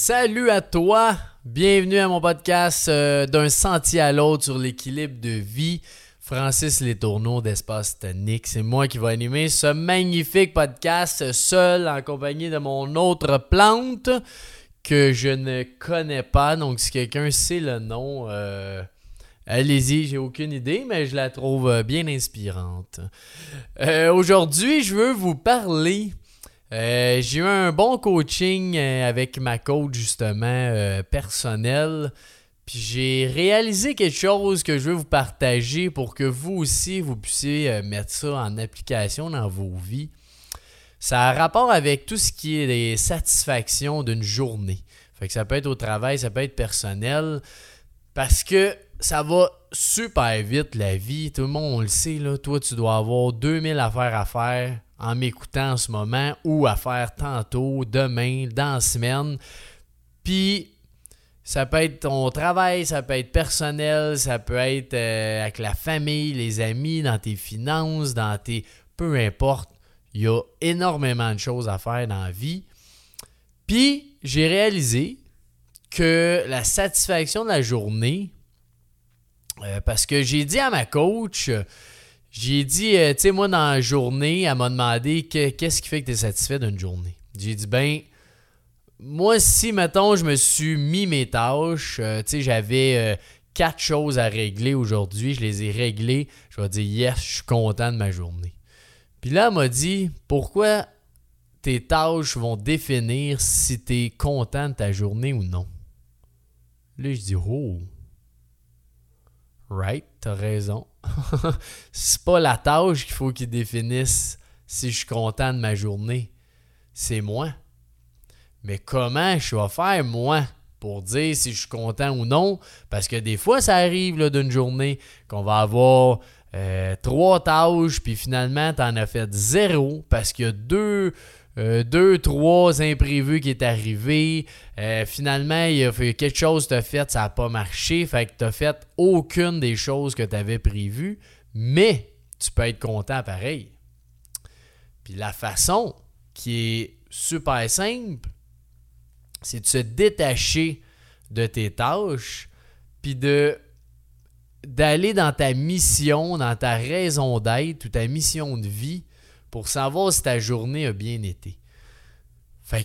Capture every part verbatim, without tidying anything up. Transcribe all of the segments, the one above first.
Salut à toi, bienvenue à mon podcast euh, d'un sentier à l'autre sur l'équilibre de vie. Francis Letourneau d'Espace Tonique, c'est moi qui vais animer ce magnifique podcast seul en compagnie de mon autre plante que je ne connais pas. Donc si quelqu'un sait le nom, euh, allez-y, j'ai aucune idée, mais je la trouve bien inspirante. Euh, aujourd'hui, je veux vous parler... Euh, j'ai eu un bon coaching euh, avec ma coach justement euh, personnelle. Puis j'ai réalisé quelque chose que je veux vous partager pour que vous aussi vous puissiez euh, mettre ça en application dans vos vies. Ça a rapport avec tout ce qui est les satisfactions d'une journée. Fait que ça peut être au travail, ça peut être personnel. Parce que ça va super vite la vie. Tout le monde on le sait, là. Toi tu dois avoir deux mille affaires à faire en m'écoutant en ce moment ou à faire tantôt, demain, dans la semaine. Puis, ça peut être ton travail, ça peut être personnel, ça peut être euh, avec la famille, les amis, dans tes finances, dans tes... Peu importe, il y a énormément de choses à faire dans la vie. Puis, j'ai réalisé que la satisfaction de la journée, euh, parce que j'ai dit à ma coach... J'ai dit, euh, tu sais, moi, dans la journée, elle m'a demandé que, qu'est-ce qui fait que tu es satisfait d'une journée. J'ai dit, ben, moi, si, mettons, je me suis mis mes tâches, euh, tu sais, j'avais euh, quatre choses à régler aujourd'hui, je les ai réglées, je vais dire, yes, je suis content de ma journée. Puis là, elle m'a dit, pourquoi tes tâches vont définir si tu es content de ta journée ou non? Là, je dis, oh, right, t'as raison. C'est pas la tâche qu'il faut qu'il définisse si je suis content de ma journée. C'est moi. Mais comment je vais faire, moi, pour dire si je suis content ou non? Parce que des fois, ça arrive là, d'une journée qu'on va avoir euh, trois tâches, puis finalement, tu en as fait zéro parce qu'il y a deux... Euh, deux, trois imprévus qui est arrivé. Euh, finalement, il y a fait quelque chose que tu as fait, ça n'a pas marché. Fait que tu n'as fait aucune des choses que tu avais prévues. Mais tu peux être content pareil. Puis la façon qui est super simple, c'est de se détacher de tes tâches puis de d'aller dans ta mission, dans ta raison d'être ou ta mission de vie pour savoir si ta journée a bien été. Fait que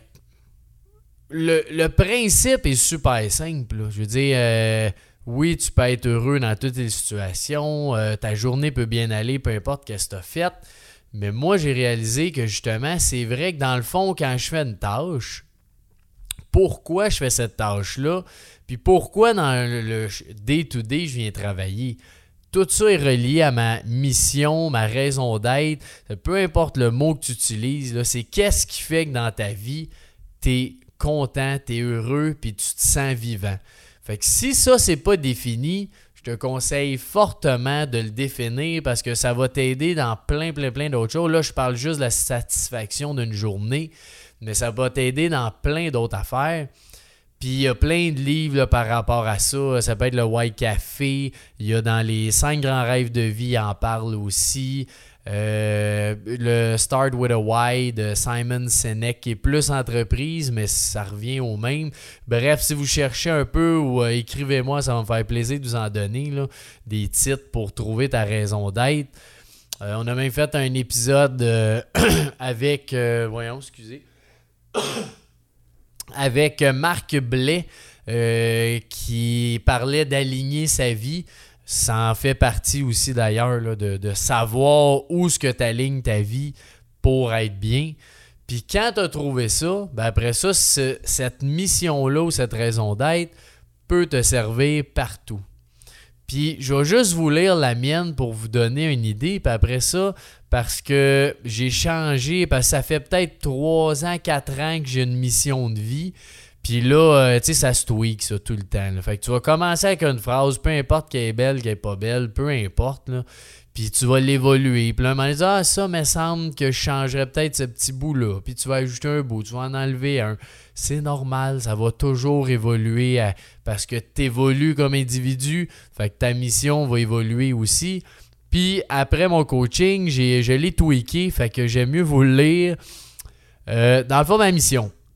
le, le principe est super simple. Là. Je veux dire, euh, oui, tu peux être heureux dans toutes les situations, euh, ta journée peut bien aller, peu importe ce que tu as fait. Mais moi, j'ai réalisé que justement, c'est vrai que dans le fond, quand je fais une tâche, pourquoi je fais cette tâche-là, puis pourquoi dans le day-to-day, je viens travailler. Tout ça est relié à ma mission, ma raison d'être. Peu importe le mot que tu utilises, là, c'est qu'est-ce qui fait que dans ta vie, tu es content, tu es heureux, puis tu te sens vivant. Fait que si ça, c'est pas défini, je te conseille fortement de le définir parce que ça va t'aider dans plein, plein, plein d'autres choses. Là, je parle juste de la satisfaction d'une journée, mais ça va t'aider dans plein d'autres affaires. Puis il y a plein de livres là, par rapport à ça. Ça peut être le White Café. Il y a dans les cinq grands rêves de vie, il en parle aussi. Euh, le Start with a Why de Simon Sinek qui est plus entreprise, mais ça revient au même. Bref, si vous cherchez un peu ou euh, écrivez-moi, ça va me faire plaisir de vous en donner là, des titres pour trouver ta raison d'être. Euh, on a même fait un épisode euh, avec... Euh, voyons, excusez. avec Marc Blais euh, qui parlait d'aligner sa vie. Ça en fait partie aussi d'ailleurs là, de, de savoir où est-ce que tu alignes ta vie pour être bien. Puis quand tu as trouvé ça, ben après ça, ce, cette mission-là ou cette raison d'être peut te servir partout. Puis je vais juste vous lire la mienne pour vous donner une idée. Puis après ça, parce que j'ai changé, parce que ça fait peut-être trois ans, quatre ans que j'ai une mission de vie. Puis là, euh, tu sais, ça se tweak ça tout le temps. Là. Fait que tu vas commencer avec une phrase, peu importe qu'elle est belle, qu'elle est pas belle, peu importe. Là. Puis tu vas l'évoluer. Puis là, un moment donné, ah, ça me semble que je changerais peut-être ce petit bout-là. Puis tu vas ajouter un bout, tu vas en enlever un. C'est normal, ça va toujours évoluer à, parce que tu évolues comme individu. Fait que ta mission va évoluer aussi. Puis après mon coaching, j'ai, je l'ai tweaké. Fait que j'aime mieux vous le lire. Euh, dans le fond, ma mission,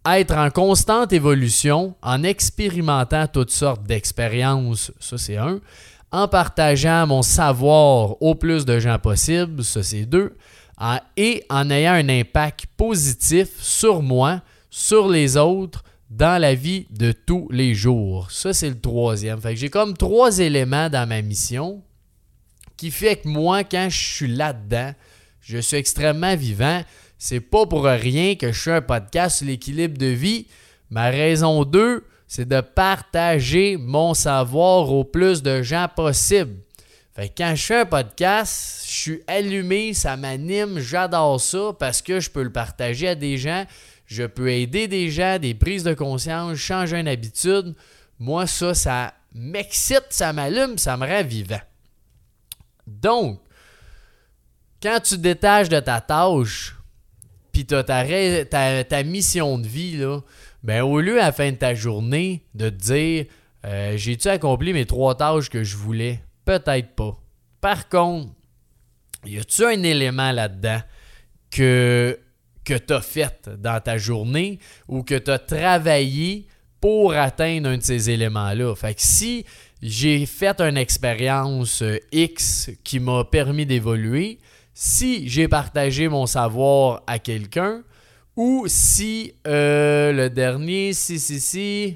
être en constante évolution, en expérimentant toutes sortes d'expériences, ça c'est un. En partageant mon savoir au plus de gens possible, ça c'est deux. En, et en ayant un impact positif sur moi, sur les autres, dans la vie de tous les jours. Ça c'est le troisième. Fait que j'ai comme trois éléments dans ma mission qui fait que moi, quand je suis là-dedans, je suis extrêmement vivant. C'est pas pour rien que je fais un podcast sur l'équilibre de vie. Ma raison deux, c'est de partager mon savoir au plus de gens possible. Fait que quand je fais un podcast, je suis allumé, ça m'anime, j'adore ça parce que je peux le partager à des gens, je peux aider des gens, des prises de conscience, changer une habitude. Moi, ça, ça m'excite, ça m'allume, ça me rend vivant. Donc, quand tu te détaches de ta tâche, puis tu as ta, ta, ta mission de vie, là, ben au lieu à la fin de ta journée de te dire euh, « J'ai-tu accompli mes trois tâches que je voulais? » Peut-être pas. Par contre, y a-tu un élément là-dedans que, que tu as fait dans ta journée ou que tu as travaillé pour atteindre un de ces éléments-là? Fait que si j'ai fait une expérience X qui m'a permis d'évoluer, si j'ai partagé mon savoir à quelqu'un, ou si euh, le dernier, si, si, si...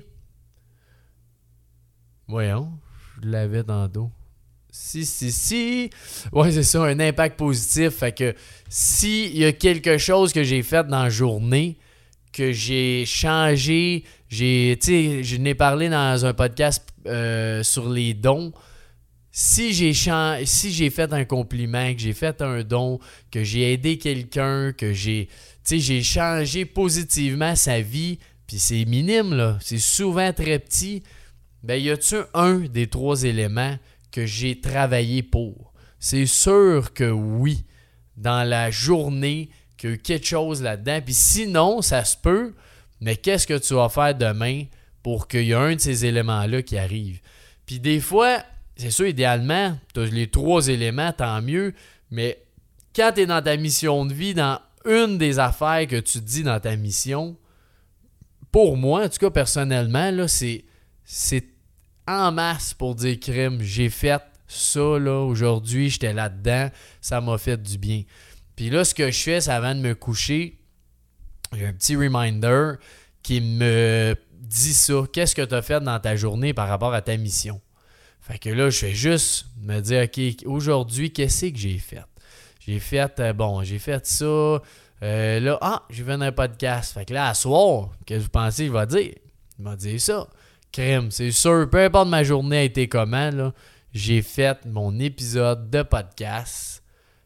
Voyons, je l'avais dans le dos. Si, si, si... Ouais, c'est ça, un impact positif. Fait que s'il y a quelque chose que j'ai fait dans la journée, que j'ai changé, j'ai, tu sais, je n'ai parlé dans un podcast euh, sur les dons. Si j'ai, chan- si j'ai fait un compliment, que j'ai fait un don, que j'ai aidé quelqu'un, que j'ai, tu sais, j'ai changé positivement sa vie, puis c'est minime, là, c'est souvent très petit, ben y a-tu un des trois éléments que j'ai travaillé pour? C'est sûr que oui, dans la journée, qu'il y a eu quelque chose là-dedans, puis sinon, ça se peut, mais qu'est-ce que tu vas faire demain pour qu'il y ait un de ces éléments-là qui arrive? Puis des fois... C'est sûr, idéalement, tu as les trois éléments, tant mieux, mais quand tu es dans ta mission de vie, dans une des affaires que tu dis dans ta mission, pour moi, en tout cas personnellement, là, c'est, c'est en masse pour dire crime, j'ai fait ça là, aujourd'hui, j'étais là-dedans, ça m'a fait du bien. Puis là, ce que je fais, c'est avant de me coucher, j'ai un petit reminder qui me dit ça. Qu'est-ce que tu as fait dans ta journée par rapport à ta mission? Fait que là, je fais juste me dire, OK, aujourd'hui, qu'est-ce que j'ai fait? J'ai fait, euh, bon, j'ai fait ça. Euh, là, ah, j'ai fait un podcast. Fait que là, à soir, qu'est-ce que vous pensez qu'il va dire? Il m'a dit ça. Crème, c'est sûr, peu importe ma journée a été comment, là, j'ai fait mon épisode de podcast.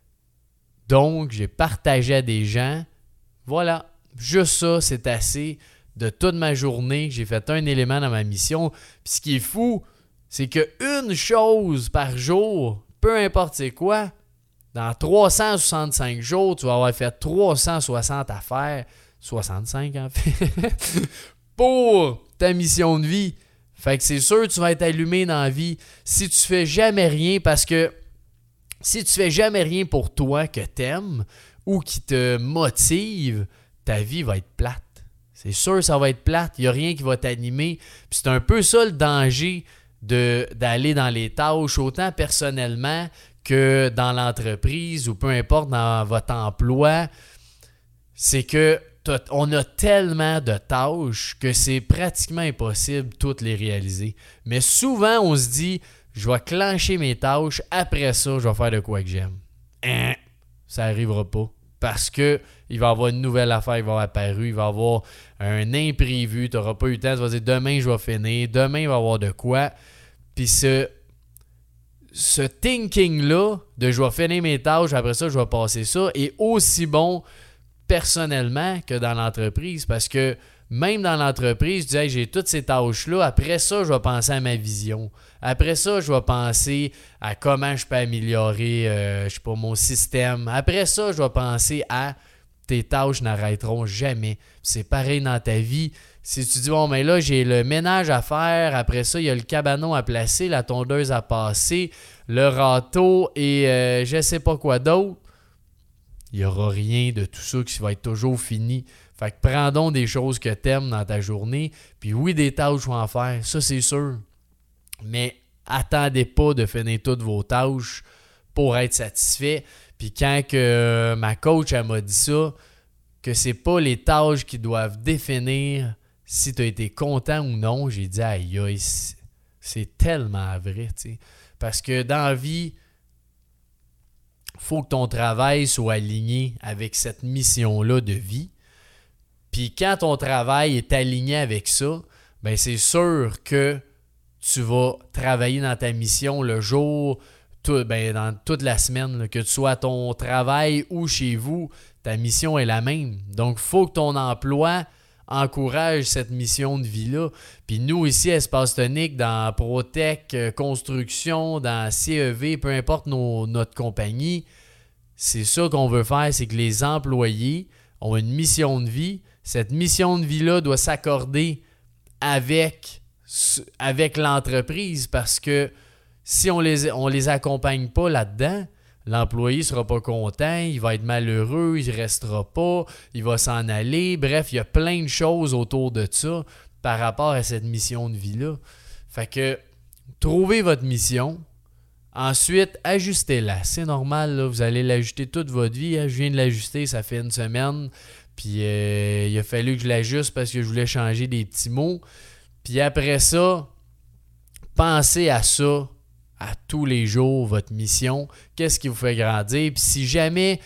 Donc, j'ai partagé à des gens. Voilà, juste ça, c'est assez de toute ma journée. J'ai fait un élément dans ma mission. Puis ce qui est fou, c'est qu'une chose par jour, peu importe c'est quoi, dans trois cent soixante-cinq jours, tu vas avoir fait trois cent soixante affaires, soixante-cinq en fait, pour ta mission de vie. Fait que c'est sûr que tu vas être allumé dans la vie si tu fais jamais rien, parce que si tu fais jamais rien pour toi que t'aimes ou qui te motive, ta vie va être plate. C'est sûr que ça va être plate, il n'y a rien qui va t'animer. Puis c'est un peu ça le danger de, d'aller dans les tâches, autant personnellement que dans l'entreprise ou peu importe dans votre emploi. C'est que on a tellement de tâches que c'est pratiquement impossible de toutes les réaliser. Mais souvent, on se dit, je vais clencher mes tâches, après ça, je vais faire de quoi que j'aime. Hein, ça n'arrivera pas. Parce que il va y avoir une nouvelle affaire qui va apparu, il va y avoir un imprévu, tu n'auras pas eu le temps, tu vas dire demain je vais finir, demain il va y avoir de quoi. Puis ce, ce thinking-là de je vais finir mes tâches, après ça je vais passer ça, est aussi bon personnellement que dans l'entreprise. Parce que même dans l'entreprise, tu dis hey, j'ai toutes ces tâches-là, après ça je vais penser à ma vision. Après ça, je vais penser à comment je peux améliorer euh, je sais pas, mon système. Après ça, je vais penser à tes tâches n'arrêteront jamais. C'est pareil dans ta vie. Si tu dis, bon, mais là, j'ai le ménage à faire, après ça, il y a le cabanon à placer, la tondeuse à passer, le râteau et euh, je sais pas quoi d'autre, il n'y aura rien de tout ça qui va être toujours fini. Fait que prends donc des choses que t'aimes dans ta journée. Puis oui, des tâches faut en faire, ça c'est sûr. Mais attendez pas de finir toutes vos tâches pour être satisfait. Puis quand que euh, ma coach elle m'a dit ça, que c'est pas les tâches qui doivent définir si tu as été content ou non, j'ai dit aïe aïe, c'est tellement vrai, tu sais. Parce que dans la vie, faut que ton travail soit aligné avec cette mission-là de vie. Puis quand ton travail est aligné avec ça, ben c'est sûr que tu vas travailler dans ta mission le jour, tout, ben dans toute la semaine, là, que tu sois à ton travail ou chez vous, ta mission est la même. Donc, il faut que ton emploi encourage cette mission de vie-là. Puis nous, ici, Espace Tonique, dans ProTech, Construction, dans C E V, peu importe nos, notre compagnie, c'est ça qu'on veut faire, c'est que les employés ont une mission de vie. Cette mission de vie-là doit s'accorder avec, avec l'entreprise parce que si on les, on les accompagne pas là-dedans, l'employé ne sera pas content, il va être malheureux, il ne restera pas, il va s'en aller. Bref, il y a plein de choses autour de ça par rapport à cette mission de vie-là. Fait que trouvez votre mission, ensuite ajustez-la. C'est normal, là, vous allez l'ajuster toute votre vie. Je viens de l'ajuster, ça fait une semaine. Puis euh, il a fallu que je l'ajuste parce que je voulais changer des petits mots. Puis après ça, pensez à ça à tous les jours, votre mission. Qu'est-ce qui vous fait grandir? Puis si jamais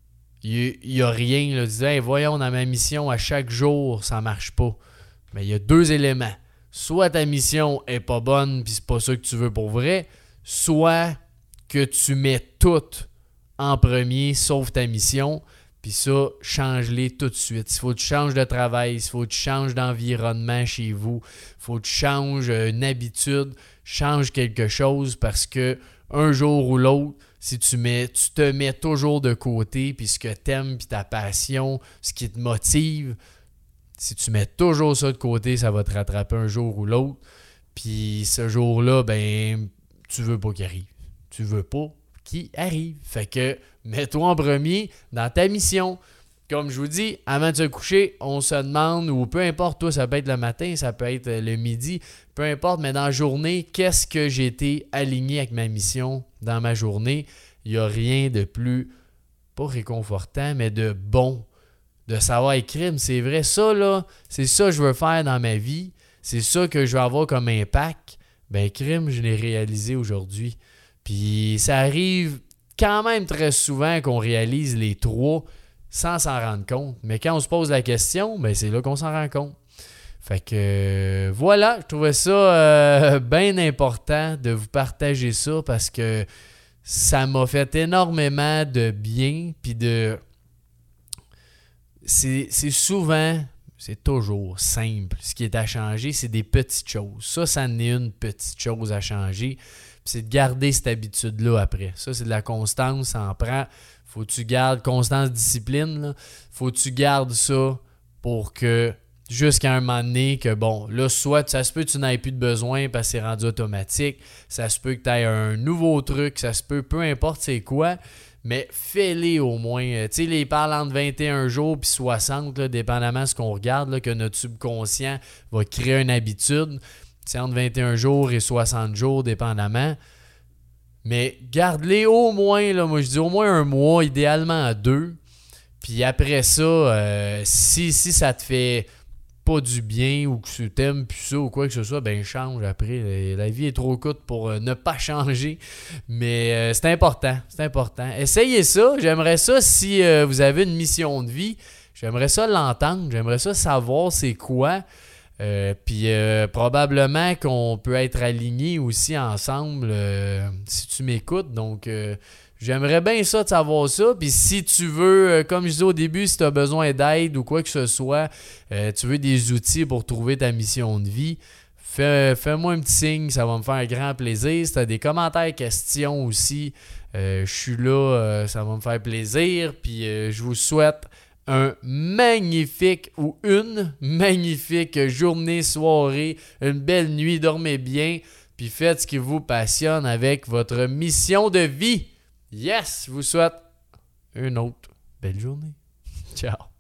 il n'y a rien, là, disant hey, voyons, dans ma mission, à chaque jour, ça ne marche pas. Mais il y a deux éléments. Soit ta mission n'est pas bonne puis c'est pas ça que tu veux pour vrai, soit que tu mets tout en premier, sauf ta mission. Puis ça, change-les tout de suite. S'il faut que tu changes de travail, s'il faut que tu changes d'environnement chez vous, il faut que tu changes une habitude, change quelque chose parce que un jour ou l'autre, si tu mets, tu te mets toujours de côté, puis ce que tu aimes, puis ta passion, ce qui te motive, si tu mets toujours ça de côté, ça va te rattraper un jour ou l'autre. Puis ce jour-là, ben, tu veux pas qu'il arrive. Tu veux pas qu'il arrive. Fait que mets-toi en premier dans ta mission. Comme je vous dis, avant de se coucher, on se demande, ou peu importe, toi, ça peut être le matin, ça peut être le midi, peu importe, mais dans la journée, qu'est-ce que j'ai été aligné avec ma mission dans ma journée? Il n'y a rien de plus, pas réconfortant, mais de bon, de savoir écrire. C'est vrai, ça, là, c'est ça que je veux faire dans ma vie, c'est ça que je veux avoir comme impact. Ben, crime, je l'ai réalisé aujourd'hui. Puis ça arrive quand même très souvent qu'on réalise les trois sans s'en rendre compte. Mais quand on se pose la question, ben c'est là qu'on s'en rend compte. Fait que euh, voilà, je trouvais ça euh, bien important de vous partager ça parce que ça m'a fait énormément de bien. Puis de. C'est, c'est souvent, c'est toujours simple. Ce qui est à changer, c'est des petites choses. Ça, ça en est une petite chose à changer. C'est de garder cette habitude-là après. Ça, c'est de la constance, ça en prend. Faut que tu gardes constance, discipline. Là. Faut que tu gardes ça pour que jusqu'à un moment donné, que bon, là, soit ça se peut que tu n'aies plus de besoin parce que c'est rendu automatique. Ça se peut que tu aies un nouveau truc. Ça se peut, peu importe c'est quoi. Mais fais-les au moins. Tu sais, les parlent entre vingt et un jours puis soixante, là, dépendamment de ce qu'on regarde, là, que notre subconscient va créer une habitude. C'est entre vingt et un jours et soixante jours, dépendamment. Mais garde-les au moins, là, moi je dis au moins un mois, idéalement deux. Puis après ça, euh, si, si ça te fait pas du bien ou que tu t'aimes plus ça ou quoi que ce soit, ben change après. La vie est trop courte pour euh, ne pas changer. Mais euh, c'est important, c'est important. Essayez ça. J'aimerais ça si euh, vous avez une mission de vie. J'aimerais ça l'entendre. J'aimerais ça savoir c'est quoi. Euh, puis euh, probablement qu'on peut être alignés aussi ensemble euh, si tu m'écoutes. Donc, euh, j'aimerais bien ça de savoir ça. Puis si tu veux, euh, comme je disais au début, si tu as besoin d'aide ou quoi que ce soit, euh, tu veux des outils pour trouver ta mission de vie, fais, fais-moi un petit signe, ça va me faire un grand plaisir. Si tu as des commentaires, questions aussi, euh, je suis là, euh, ça va me faire plaisir. Puis euh, je vous souhaite un magnifique ou une magnifique journée, soirée, une belle nuit, dormez bien, puis faites ce qui vous passionne avec votre mission de vie. Yes, je vous souhaite une autre belle journée. Ciao.